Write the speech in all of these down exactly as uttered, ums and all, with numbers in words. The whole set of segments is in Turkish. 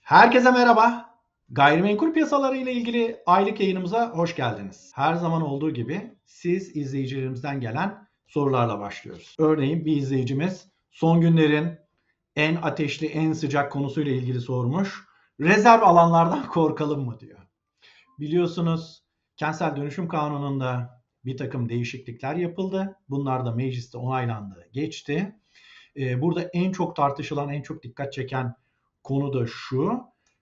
Herkese merhaba. Gayrimenkul piyasaları ile ilgili aylık yayınımıza hoş geldiniz. Her zaman olduğu gibi siz izleyicilerimizden gelen sorularla başlıyoruz. Örneğin bir izleyicimiz son günlerin en ateşli, en sıcak konusuyla ilgili sormuş. Rezerv alanlardan korkalım mı diyor. Biliyorsunuz Kentsel Dönüşüm Kanunu'nda bir takım değişiklikler yapıldı. Bunlar da mecliste onaylandı, geçti. Ee, burada en çok tartışılan, en çok dikkat çeken konu da şu.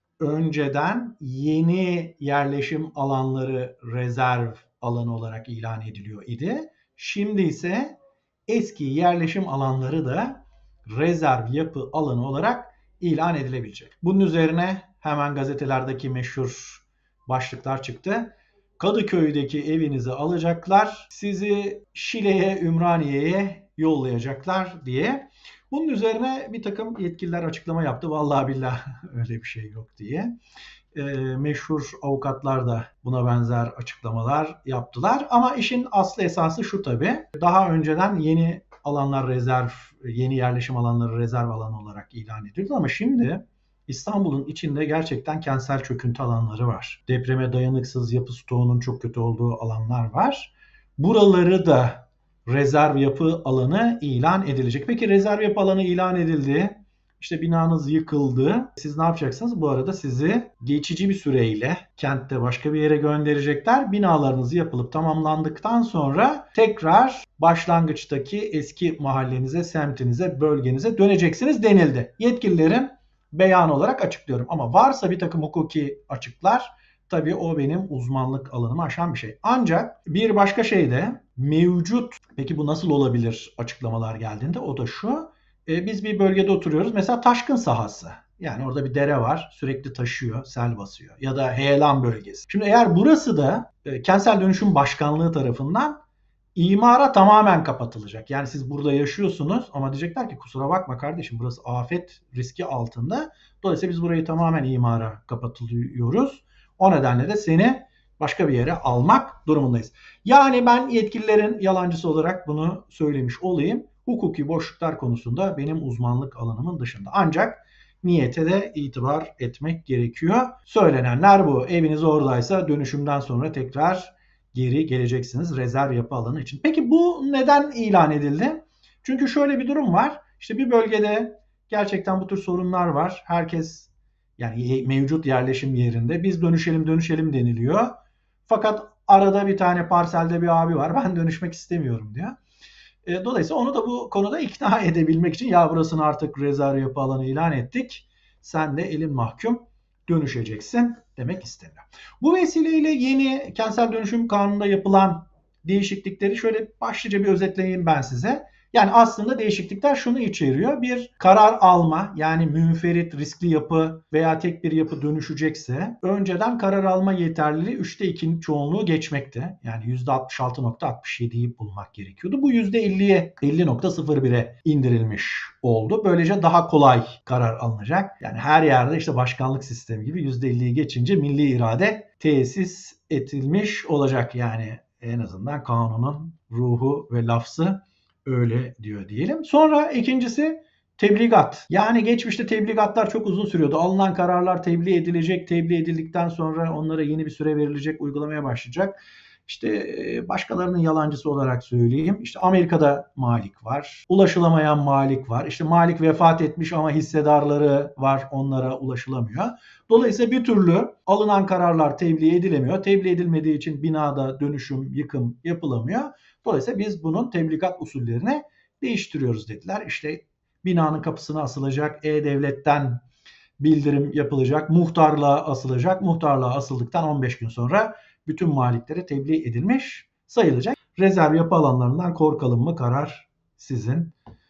Önceden yeni yerleşim alanları rezerv alanı olarak ilan ediliyor idi. Şimdi ise eski yerleşim alanları da rezerv yapı alanı olarak ilan edilebilecek. Bunun üzerine hemen gazetelerdeki meşhur başlıklar çıktı. Kadıköy'deki evinizi alacaklar, sizi Şile'ye, Ümraniye'ye yollayacaklar diye. Bunun üzerine bir takım yetkililer açıklama yaptı. Vallahi billahi öyle bir şey yok diye. E, meşhur avukatlar da buna benzer açıklamalar yaptılar. Ama işin aslı esası şu tabii. Daha önceden yeni alanlar rezerv, yeni yerleşim alanları rezerv alanı olarak ilan edildi ama şimdi İstanbul'un içinde gerçekten kentsel çöküntü alanları var. Depreme dayanıksız yapı stoğunun çok kötü olduğu alanlar var. Buraları da rezerv yapı alanı ilan edilecek. Peki rezerv yapı alanı ilan edildi. İşte binanız yıkıldı. Siz ne yapacaksınız? Bu arada sizi geçici bir süreyle kentte başka bir yere gönderecekler. Binalarınız yapılıp tamamlandıktan sonra tekrar başlangıçtaki eski mahallenize, semtinize, bölgenize döneceksiniz denildi. Yetkililerin beyan olarak açıklıyorum. Ama varsa bir takım hukuki açıklar, tabii o benim uzmanlık alanımı aşan bir şey. Ancak bir başka şey de mevcut, peki bu nasıl olabilir açıklamalar geldiğinde, o da şu. E, biz bir bölgede oturuyoruz. Mesela taşkın sahası. Yani orada bir dere var. Sürekli taşıyor, sel basıyor. Ya da heyelan bölgesi. Şimdi eğer burası da e, Kentsel Dönüşüm Başkanlığı tarafından imara tamamen kapatılacak. Yani siz burada yaşıyorsunuz ama diyecekler ki kusura bakma kardeşim, burası afet riski altında. Dolayısıyla biz burayı tamamen imara kapatılıyoruz. O nedenle de seni başka bir yere almak durumundayız. Yani ben yetkililerin yalancısı olarak bunu söylemiş olayım. Hukuki boşluklar konusunda benim uzmanlık alanımın dışında. Ancak niyete de itibar etmek gerekiyor. Söylenenler bu. Eviniz oradaysa dönüşümden sonra tekrar geri geleceksiniz rezerv yapı alanı için. Peki bu neden ilan edildi? Çünkü şöyle bir durum var. İşte bir bölgede gerçekten bu tür sorunlar var. Herkes, yani mevcut yerleşim yerinde biz dönüşelim dönüşelim deniliyor. Fakat arada bir tane parselde bir abi var, ben dönüşmek istemiyorum diyor. E, dolayısıyla onu da bu konuda ikna edebilmek için ya burasını artık rezerv yapı alanı ilan ettik, sen de elin mahkum dönüşeceksin demek isteniyor. Bu vesileyle yeni Kentsel Dönüşüm Kanunu'nda yapılan değişiklikleri şöyle başlıca bir özetleyeyim ben size. Yani aslında değişiklikler şunu içeriyor. Bir, karar alma, yani münferit riskli yapı veya tek bir yapı dönüşecekse önceden karar alma yeterliliği üçte ikinin çoğunluğu geçmekte. Yani yüzde altmış altı nokta altmış yediyi bulmak gerekiyordu. Bu yüzde elliye, elli nokta sıfır bire indirilmiş oldu. Böylece daha kolay karar alınacak. Yani her yerde işte başkanlık sistemi gibi yüzde elliyi geçince milli irade tesis edilmiş olacak. Yani en azından kanunun ruhu ve lafzı öyle diyor diyelim. Sonra ikincisi tebligat. Yani geçmişte tebligatlar çok uzun sürüyordu. Alınan kararlar tebliğ edilecek. Tebliğ edildikten sonra onlara yeni bir süre verilecek, uygulamaya başlayacak. İşte başkalarının yalancısı olarak söyleyeyim. İşte Amerika'da malik var. Ulaşılamayan malik var. İşte malik vefat etmiş ama hissedarları var. Onlara ulaşılamıyor. Dolayısıyla bir türlü alınan kararlar tebliğ edilemiyor. Tebliğ edilmediği için binada dönüşüm, yıkım yapılamıyor. Dolayısıyla biz bunun tebligat usullerini değiştiriyoruz dediler. İşte binanın kapısına asılacak, E-Devlet'ten bildirim yapılacak, muhtarlığa asılacak. Muhtarlığa asıldıktan on beş gün sonra bütün maliklere tebliğ edilmiş sayılacak. Rezerv yapı alanlarından korkalım mı? Karar sizin.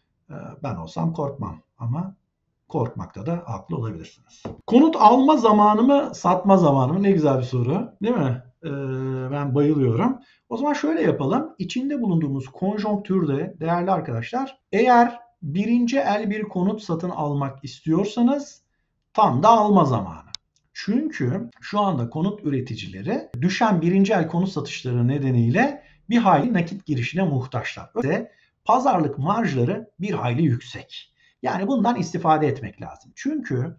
Ben olsam korkmam ama korkmakta da haklı olabilirsiniz. Konut alma zamanı mı, satma zamanı mı? Ne güzel bir soru, değil mi? Ee, ben bayılıyorum. O zaman şöyle yapalım. İçinde bulunduğumuz konjonktürde değerli arkadaşlar, eğer birinci el bir konut satın almak istiyorsanız tam da alma zamanı. Çünkü şu anda konut üreticileri düşen birinci el konut satışları nedeniyle bir hayli nakit girişine muhtaçlar. Öte pazarlık marjları bir hayli yüksek. Yani bundan istifade etmek lazım. Çünkü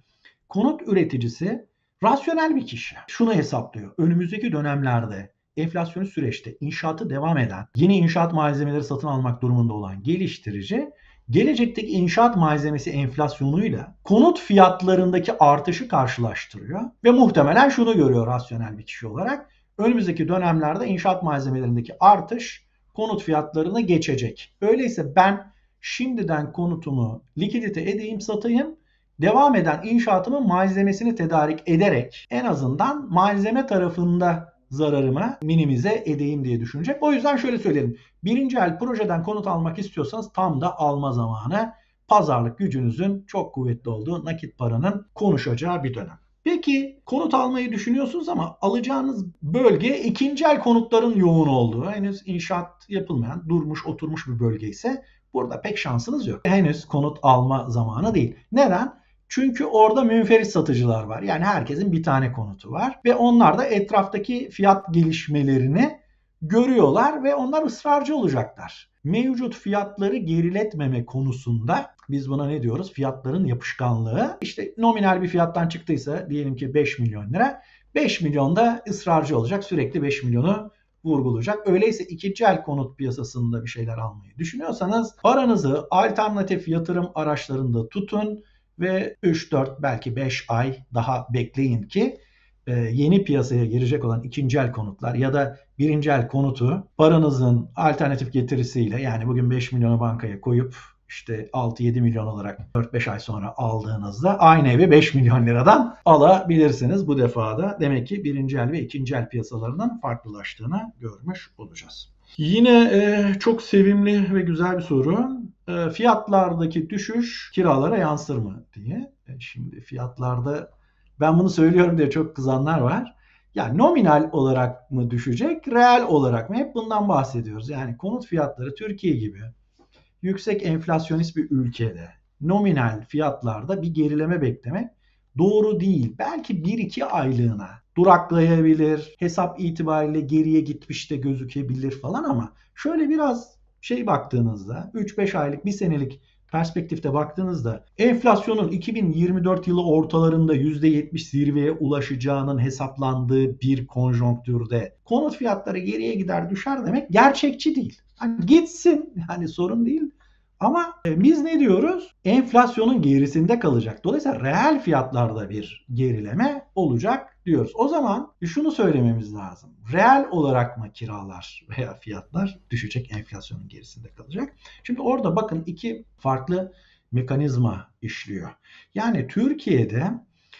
konut üreticisi rasyonel bir kişi. Şunu hesaplıyor. Önümüzdeki dönemlerde enflasyonist süreçte inşaatı devam eden, yeni inşaat malzemeleri satın almak durumunda olan geliştirici, gelecekteki inşaat malzemesi enflasyonuyla konut fiyatlarındaki artışı karşılaştırıyor ve muhtemelen şunu görüyor rasyonel bir kişi olarak. Önümüzdeki dönemlerde inşaat malzemelerindeki artış konut fiyatlarına geçecek. Öyleyse ben şimdiden konutumu likidite edeyim, satayım. Devam eden inşaatımın malzemesini tedarik ederek en azından malzeme tarafında zararımı minimize edeyim diye düşünecek. O yüzden şöyle söyleyelim. Birinci el projeden konut almak istiyorsanız tam da alma zamanı. Pazarlık gücünüzün çok kuvvetli olduğu, nakit paranın konuşacağı bir dönem. Peki konut almayı düşünüyorsunuz ama alacağınız bölge ikinci el konutların yoğun olduğu, henüz inşaat yapılmayan, durmuş oturmuş bir bölge ise burada pek şansınız yok. Henüz konut alma zamanı değil. Neden? Çünkü orada münferit satıcılar var. Yani herkesin bir tane konutu var ve onlar da etraftaki fiyat gelişmelerini görüyorlar ve onlar ısrarcı olacaklar. Mevcut fiyatları geriletmeme konusunda biz buna ne diyoruz? Fiyatların yapışkanlığı. İşte nominal bir fiyattan çıktıysa diyelim ki beş milyon lira. beş milyonda ısrarcı olacak. Sürekli beş milyonu vurgulayacak. Öyleyse ikinci el konut piyasasında bir şeyler almayı düşünüyorsanız paranızı alternatif yatırım araçlarında tutun ve üç dört belki beş ay daha bekleyin ki yeni piyasaya girecek olan ikinci el konutlar ya da birinci el konutu paranızın alternatif getirisiyle, yani bugün beş milyonu bankaya koyup işte altı yedi milyon olarak dört beş ay sonra aldığınızda aynı evi beş milyon liradan alabilirsiniz. Bu defada demek ki birinci el ve ikinci el piyasalarının farklılaştığını görmüş olacağız. Yine e, çok sevimli ve güzel bir soru. E, fiyatlardaki düşüş kiralara yansır mı diye. E, şimdi fiyatlarda ben bunu söylüyorum diye çok kızanlar var. Yani nominal olarak mı düşecek, reel olarak mı? Hep bundan bahsediyoruz. Yani konut fiyatları Türkiye gibi yüksek enflasyonist bir ülkede nominal fiyatlarda bir gerileme beklemek doğru değil. Belki bir iki aylığına duraklayabilir, hesap itibariyle geriye gitmiş de gözükebilir falan ama şöyle biraz şey baktığınızda üç beş aylık, bir senelik perspektifte baktığınızda enflasyonun iki bin yirmi dört yılı ortalarında yüzde yetmiş zirveye ulaşacağının hesaplandığı bir konjonktürde konut fiyatları geriye gider düşer demek gerçekçi değil. Hani gitsin, yani sorun değil. Ama biz ne diyoruz? Enflasyonun gerisinde kalacak. Dolayısıyla reel fiyatlarda bir gerileme olacak diyoruz. O zaman şunu söylememiz lazım. Reel olarak mı kiralar veya fiyatlar düşecek, enflasyonun gerisinde kalacak? Şimdi orada bakın iki farklı mekanizma işliyor. Yani Türkiye'de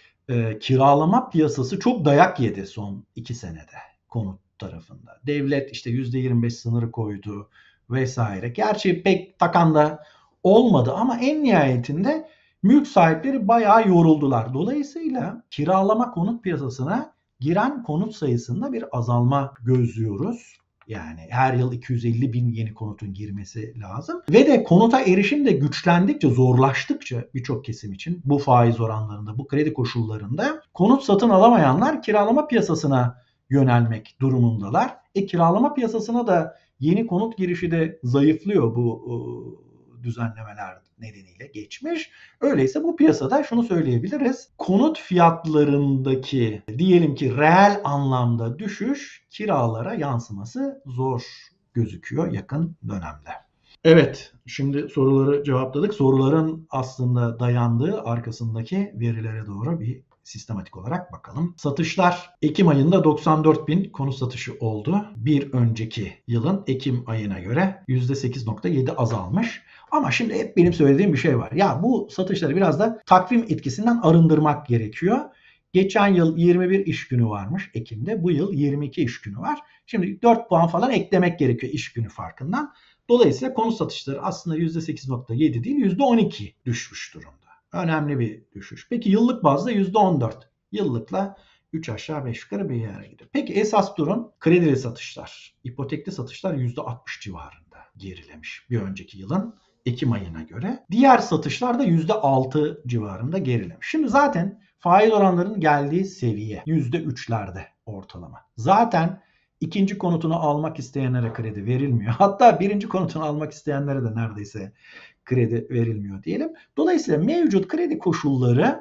e, kiralama piyasası çok dayak yedi son iki senede konut tarafında. Devlet işte yüzde yirmi beş sınırı koydu vesaire. Gerçi pek takan da olmadı ama en nihayetinde mülk sahipleri bayağı yoruldular. Dolayısıyla kiralama konut piyasasına giren konut sayısında bir azalma gözlüyoruz. Yani her yıl iki yüz elli bin yeni konutun girmesi lazım. Ve de konuta erişim de güçlendikçe, zorlaştıkça birçok kesim için bu faiz oranlarında, bu kredi koşullarında konut satın alamayanlar kiralama piyasasına yönelmek durumundalar. E kiralama piyasasına da yeni konut girişi de zayıflıyor bu düzenlemeler nedeniyle geçmiş. Öyleyse bu piyasada şunu söyleyebiliriz. Konut fiyatlarındaki diyelim ki reel anlamda düşüş kiralara yansıması zor gözüküyor yakın dönemde. Evet, şimdi soruları cevapladık. Soruların aslında dayandığı arkasındaki verilere doğru bir sistematik olarak bakalım. Satışlar Ekim ayında doksan dört bin konut satışı oldu. Bir önceki yılın Ekim ayına göre yüzde sekiz virgül yedi azalmış. Ama şimdi hep benim söylediğim bir şey var. Ya bu satışları biraz da takvim etkisinden arındırmak gerekiyor. Geçen yıl yirmi bir iş günü varmış Ekim'de. Bu yıl yirmi iki iş günü var. Şimdi dört puan falan eklemek gerekiyor iş günü farkından. Dolayısıyla konut satışları aslında yüzde sekiz virgül yedi değil yüzde on iki düşmüş durumda. Önemli bir düşüş. Peki yıllık bazda yüzde on dört. Yıllıkla üç aşağı beş yukarı bir yere gidiyor. Peki esas durum kredili satışlar. İpotekli satışlar yüzde altmış civarında gerilemiş bir önceki yılın Ekim ayına göre. Diğer satışlar da yüzde altı civarında gerilemiş. Şimdi zaten faiz oranlarının geldiği seviye yüzde üçlerde ortalama. Zaten ikinci konutunu almak isteyenlere kredi verilmiyor. Hatta birinci konutunu almak isteyenlere de neredeyse kredi verilmiyor diyelim. Dolayısıyla mevcut kredi koşulları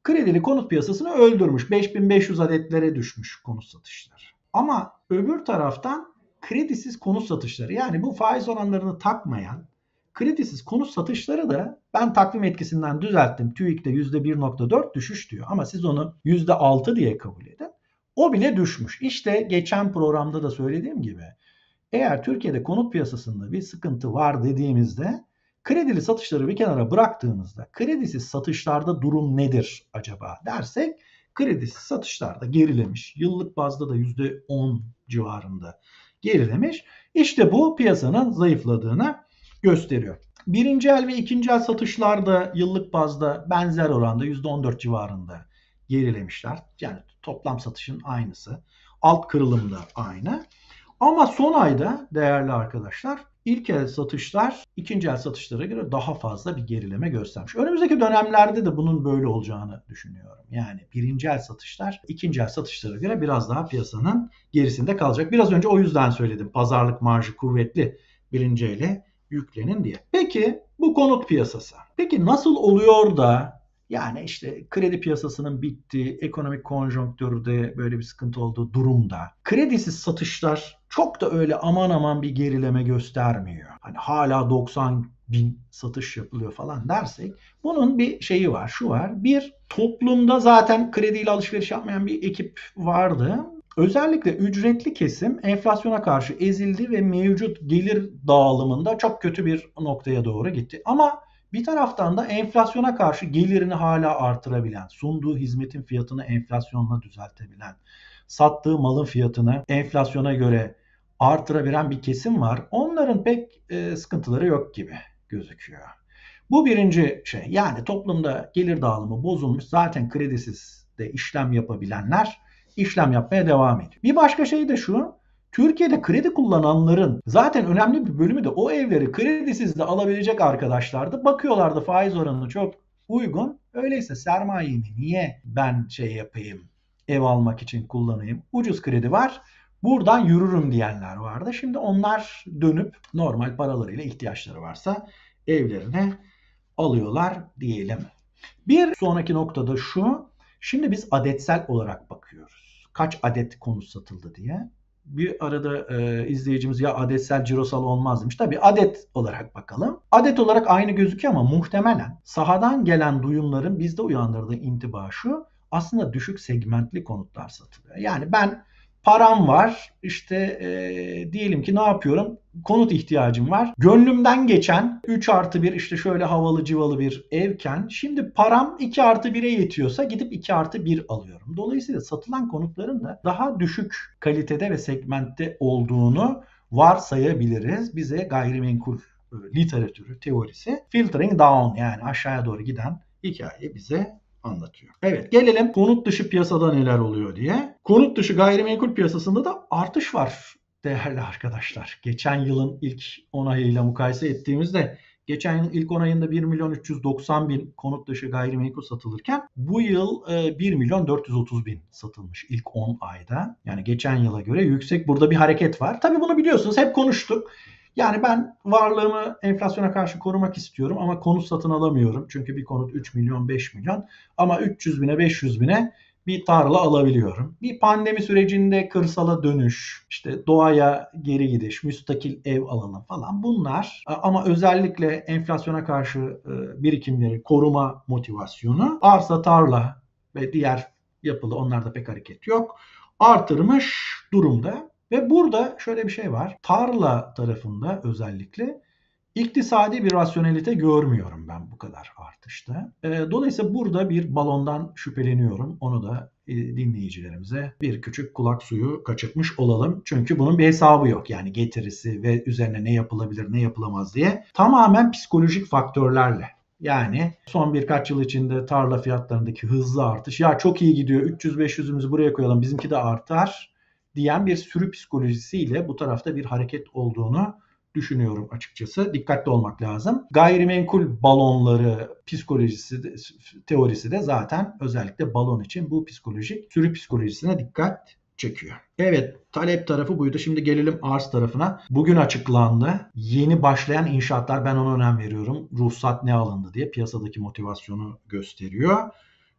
kredili konut piyasasını öldürmüş. beş bin beş yüz adetlere düşmüş konut satışları. Ama öbür taraftan kredisiz konut satışları, yani bu faiz oranlarını takmayan kredisiz konut satışları da ben takvim etkisinden düzelttim. TÜİK'te yüzde bir nokta dört düşüş diyor ama siz onu yüzde altı diye kabul edin. O bile düşmüş. İşte geçen programda da söylediğim gibi eğer Türkiye'de konut piyasasında bir sıkıntı var dediğimizde kredili satışları bir kenara bıraktığımızda kredisiz satışlarda durum nedir acaba dersek kredisiz satışlarda gerilemiş. Yıllık bazda da yüzde on civarında gerilemiş. İşte bu piyasanın zayıfladığını gösteriyor. Birinci el ve ikinci el satışlarda yıllık bazda benzer oranda yüzde on dört civarında gerilemişler. Yani toplam satışın aynısı. Alt kırılım da aynı. Ama son ayda değerli arkadaşlar ilk el satışlar ikinci el satışlara göre daha fazla bir gerileme göstermiş. Önümüzdeki dönemlerde de bunun böyle olacağını düşünüyorum. Yani birinci el satışlar ikinci el satışlara göre biraz daha piyasanın gerisinde kalacak. Biraz önce o yüzden söyledim. Pazarlık marjı kuvvetli birinci ele yüklenin diye. Peki bu konut piyasası. Peki nasıl oluyor da yani işte kredi piyasasının bittiği, ekonomik konjonktürde böyle bir sıkıntı olduğu durumda kredisiz satışlar çok da öyle aman aman bir gerileme göstermiyor. Hani hala doksan bin satış yapılıyor falan dersek bunun bir şeyi var, şu var. Bir, toplumda zaten krediyle alışveriş yapmayan bir ekip vardı. Özellikle ücretli kesim enflasyona karşı ezildi ve mevcut gelir dağılımında çok kötü bir noktaya doğru gitti. Ama bir taraftan da enflasyona karşı gelirini hala artırabilen, sunduğu hizmetin fiyatını enflasyonla düzeltebilen, sattığı malın fiyatını enflasyona göre artırabilen bir kesim var. Onların pek e, sıkıntıları yok gibi gözüküyor. Bu birinci şey. Yani toplumda gelir dağılımı bozulmuş. Zaten kredisiz de işlem yapabilenler işlem yapmaya devam ediyor. Bir başka şey de şu. Türkiye'de kredi kullananların zaten önemli bir bölümü de o evleri kredisiz de alabilecek arkadaşlardı. Bakıyorlardı faiz oranı çok uygun. Öyleyse sermayemi niye ben şey yapayım, ev almak için kullanayım? Ucuz kredi var. Buradan yürürüm diyenler vardı. Şimdi onlar dönüp normal paralarıyla ihtiyaçları varsa evlerine alıyorlar diyelim. Bir sonraki noktada şu. Şimdi biz adetsel olarak bakıyoruz. Kaç adet konut satıldı diye. Bir arada e, izleyicimiz ya adetsel cirosal olmaz demiş. Tabii adet olarak bakalım. Adet olarak aynı gözüküyor ama muhtemelen sahadan gelen duyumların bizde uyandırdığı intiba şu. Aslında düşük segmentli konutlar satılıyor. Yani ben param var işte e, diyelim ki ne yapıyorum? Konut ihtiyacım var. Gönlümden geçen üç artı bir işte şöyle havalı civalı bir evken şimdi param iki artı bire yetiyorsa gidip iki artı bir alıyorum. Dolayısıyla satılan konutların da daha düşük kalitede ve segmentte olduğunu varsayabiliriz. Bize gayrimenkul literatürü, teorisi filtering down yani aşağıya doğru giden hikaye bize anlatıyor. Evet, gelelim konut dışı piyasada neler oluyor diye. Konut dışı gayrimenkul piyasasında da artış var değerli arkadaşlar. Geçen yılın ilk on ayıyla mukayese ettiğimizde geçen yılın ilk on ayında bir milyon üç yüz doksan bin konut dışı gayrimenkul satılırken bu yıl bir milyon dört yüz otuz bin satılmış ilk on ayda. Yani geçen yıla göre yüksek burada bir hareket var. Tabii bunu biliyorsunuz hep konuştuk. Yani ben varlığımı enflasyona karşı korumak istiyorum ama konut satın alamıyorum. Çünkü bir konut üç milyon beş milyon ama üç yüz bine beş yüz bine bir tarla alabiliyorum. Bir pandemi sürecinde kırsala dönüş, işte doğaya geri gidiş, müstakil ev alalım falan bunlar. Ama özellikle enflasyona karşı birikimleri koruma motivasyonu arsa, tarla ve diğer yapılı onlarda pek hareket yok. Artırmış durumda. Ve burada şöyle bir şey var. Tarla tarafında özellikle iktisadi bir rasyonelite görmüyorum ben bu kadar artışta. Dolayısıyla burada bir balondan şüpheleniyorum. Onu da dinleyicilerimize bir küçük kulak suyu kaçırtmış olalım. Çünkü bunun bir hesabı yok. Yani getirisi ve üzerine ne yapılabilir ne yapılamaz diye. Tamamen psikolojik faktörlerle. Yani son birkaç yıl içinde tarla fiyatlarındaki hızlı artış. Ya çok iyi gidiyor üç yüz beş yüzümüzü buraya koyalım bizimki de artar diyen bir sürü psikolojisiyle bu tarafta bir hareket olduğunu düşünüyorum açıkçası. Dikkatli olmak lazım. Gayrimenkul balonları psikolojisi de, teorisi de zaten özellikle balon için bu psikolojik sürü psikolojisine dikkat çekiyor. Evet, talep tarafı buydu. Şimdi gelelim arz tarafına. Bugün açıklandı. Yeni başlayan inşaatlar ben ona önem veriyorum. Ruhsat ne alındı diye piyasadaki motivasyonu gösteriyor.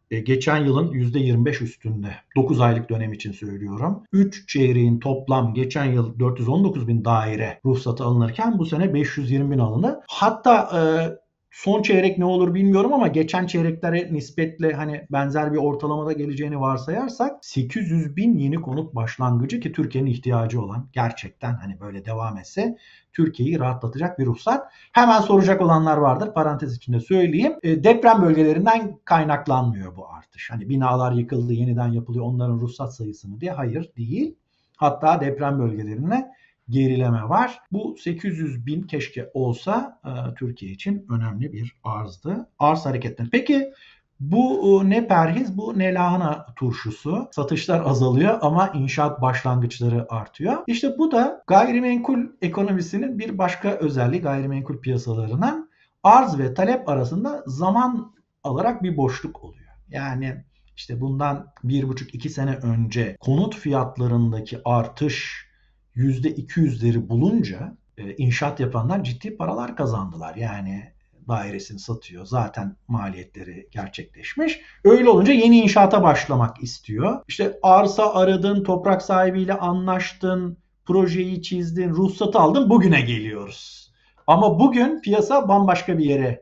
e, geçen yılın yüzde yirmi beş üstünde. dokuz aylık dönem için söylüyorum. üç çeyreğin toplam geçen yıl dört yüz on dokuz bin daire ruhsatı alınırken bu sene beş yüz yirmi bin alındı. Hatta e, son çeyrek ne olur bilmiyorum ama geçen çeyreklere nispetle hani benzer bir ortalamada geleceğini varsayarsak sekiz yüz bin yeni konut başlangıcı ki Türkiye'nin ihtiyacı olan, gerçekten hani böyle devam etse Türkiye'yi rahatlatacak bir ruhsat. Hemen soracak olanlar vardır. Parantez içinde söyleyeyim. E, deprem bölgelerinden kaynaklanmıyor bu artış. Hani binalar yıkıldı, yeniden yapılıyor. Onların ruhsat sayısı mı diye. Hayır, değil. Hatta deprem bölgelerine gerileme var. Bu sekiz yüz bin keşke olsa e, Türkiye için önemli bir arzdı. Arz hareketleri. Peki bu ne perhiz, bu ne lahana turşusu. Satışlar azalıyor ama inşaat başlangıçları artıyor. İşte bu da gayrimenkul ekonomisinin bir başka özelliği, gayrimenkul piyasalarının arz ve talep arasında zaman alarak bir boşluk oluyor. Yani işte bundan bir buçuk iki sene önce konut fiyatlarındaki artış yüzde iki yüzleri bulunca inşaat yapanlar ciddi paralar kazandılar. Yani dairesini satıyor. Zaten maliyetleri gerçekleşmiş. Öyle olunca yeni inşaata başlamak istiyor. İşte arsa aradın, toprak sahibiyle anlaştın, projeyi çizdin, ruhsatı aldın, bugüne geliyoruz. Ama bugün piyasa bambaşka bir yere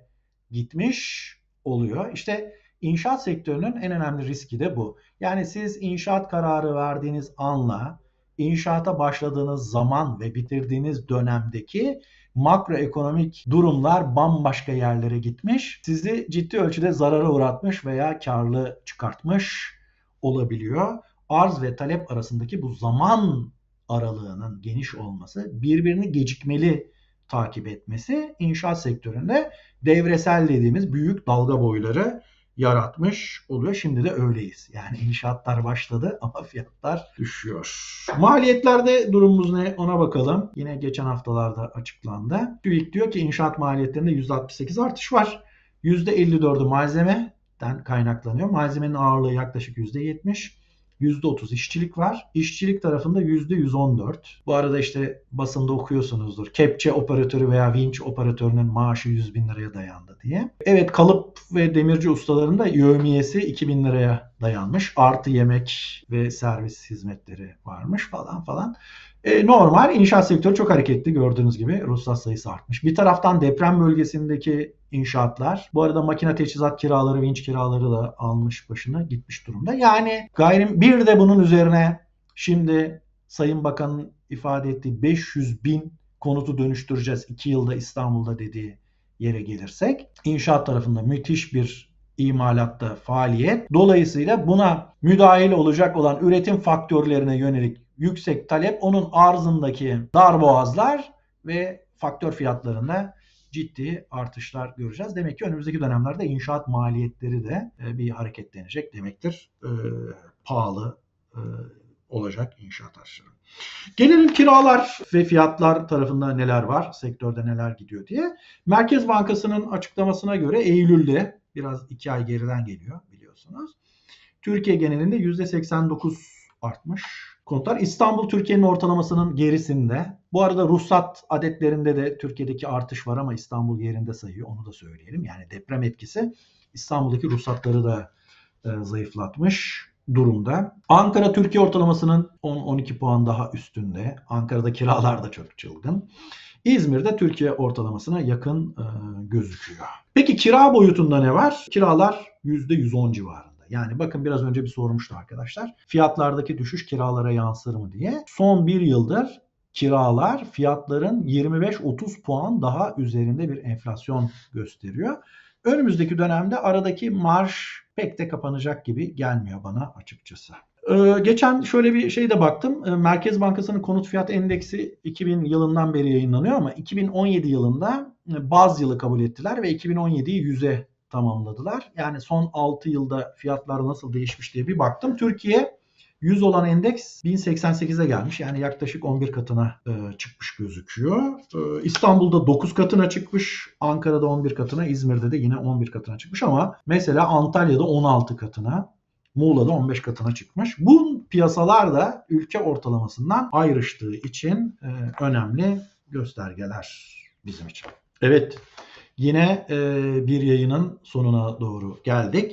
gitmiş oluyor. İşte inşaat sektörünün en önemli riski de bu. Yani siz inşaat kararı verdiğiniz anla inşaata başladığınız zaman ve bitirdiğiniz dönemdeki makroekonomik durumlar bambaşka yerlere gitmiş. Sizi ciddi ölçüde zarara uğratmış veya karlı çıkartmış olabiliyor. Arz ve talep arasındaki bu zaman aralığının geniş olması, birbirini gecikmeli takip etmesi inşaat sektöründe devresel dediğimiz büyük dalga boyları yaratmış oluyor. Şimdi de öyleyiz. Yani inşaatlar başladı ama fiyatlar düşüyor. Maliyetlerde durumumuz ne? Ona bakalım. Yine geçen haftalarda açıklandı. TÜİK diyor ki inşaat maliyetlerinde yüzde altmış sekiz artış var. yüzde elli dördü malzemeden kaynaklanıyor. Malzemenin ağırlığı yaklaşık yüzde yetmiş. yüzde otuz işçilik var. İşçilik tarafında yüzde yüz on dört. Bu arada işte basında okuyorsunuzdur. Kepçe operatörü veya vinç operatörünün maaşı yüz bin liraya dayandı diye. Evet, kalıp ve demirci ustalarında yevmiyesi iki bin liraya dayanmış. Artı yemek ve servis hizmetleri varmış falan falan. E, normal inşaat sektörü çok hareketli, gördüğünüz gibi ruhsat sayısı artmış. Bir taraftan deprem bölgesindeki inşaatlar, bu arada makine teçhizat kiraları, vinç kiraları da almış başına gitmiş durumda. Yani gayrim bir de bunun üzerine şimdi Sayın Bakan'ın ifade ettiği beş yüz bin konutu dönüştüreceğiz iki yılda İstanbul'da dediği yere gelirsek, inşaat tarafında müthiş bir imalatta faaliyet. Dolayısıyla buna müdahil olacak olan üretim faktörlerine yönelik yüksek talep, onun arzındaki darboğazlar ve faktör fiyatlarında ciddi artışlar göreceğiz. Demek ki önümüzdeki dönemlerde inşaat maliyetleri de bir hareketlenecek demektir. Ee, pahalı e, olacak inşaat artışları. Gelelim kiralar ve fiyatlar tarafında neler var, sektörde neler gidiyor diye. Merkez Bankası'nın açıklamasına göre Eylül'de, biraz iki ay geriden geliyor biliyorsunuz, Türkiye genelinde yüzde seksen dokuz artmış konutlar. İstanbul Türkiye'nin ortalamasının gerisinde. Bu arada ruhsat adetlerinde de Türkiye'deki artış var ama İstanbul yerinde sayıyor. Onu da söyleyelim. Yani deprem etkisi İstanbul'daki ruhsatları da e, zayıflatmış durumda. Ankara Türkiye ortalamasının on on iki puan daha üstünde. Ankara'da kiralar da çok çılgın. İzmir'de Türkiye ortalamasına yakın e, gözüküyor. Peki kira boyutunda ne var? Kiralar yüzde yüz on civarında. Yani bakın, biraz önce bir sormuştu arkadaşlar. Fiyatlardaki düşüş kiralara yansır mı diye. Son bir yıldır kiralar fiyatların yirmi beş otuz puan daha üzerinde bir enflasyon gösteriyor. Önümüzdeki dönemde aradaki marj pek de kapanacak gibi gelmiyor bana açıkçası. Ee, geçen şöyle bir şey de baktım. Ee, Merkez Bankası'nın konut fiyat endeksi iki bin yılından beri yayınlanıyor ama iki bin on yedi yılında baz yılı kabul ettiler ve iki bin on yediyi yüze tamamladılar. Yani son altı yılda fiyatlar nasıl değişmiş diye bir baktım. Türkiye yüz olan endeks bin seksen sekize gelmiş. Yani yaklaşık on bir katına e, çıkmış gözüküyor. E, İstanbul'da dokuz katına çıkmış. Ankara'da on bir katına, İzmir'de de yine on bir katına çıkmış ama mesela Antalya'da on altı katına, Muğla'da on beş katına çıkmış. Bu piyasalar da ülke ortalamasından ayrıştığı için e, önemli göstergeler bizim için. Evet, yine e, bir yayının sonuna doğru geldik.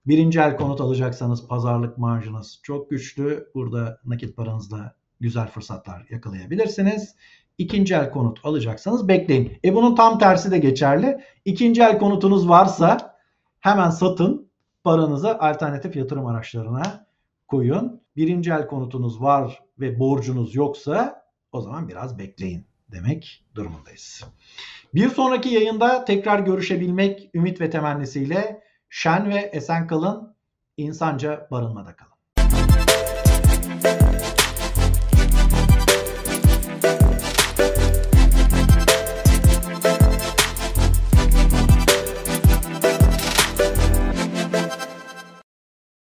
Birinci el konut alacaksanız pazarlık marjınız çok güçlü. Burada nakit paranızla güzel fırsatlar yakalayabilirsiniz. İkinci el konut alacaksanız bekleyin. E bunun tam tersi de geçerli. İkinci el konutunuz varsa hemen satın. Paranızı alternatif yatırım araçlarına koyun. Birinci el konutunuz var ve borcunuz yoksa o zaman biraz bekleyin demek durumundayız. Bir sonraki yayında tekrar görüşebilmek ümit ve temennisiyle şen ve esen kalın, insanca barınmada kalın.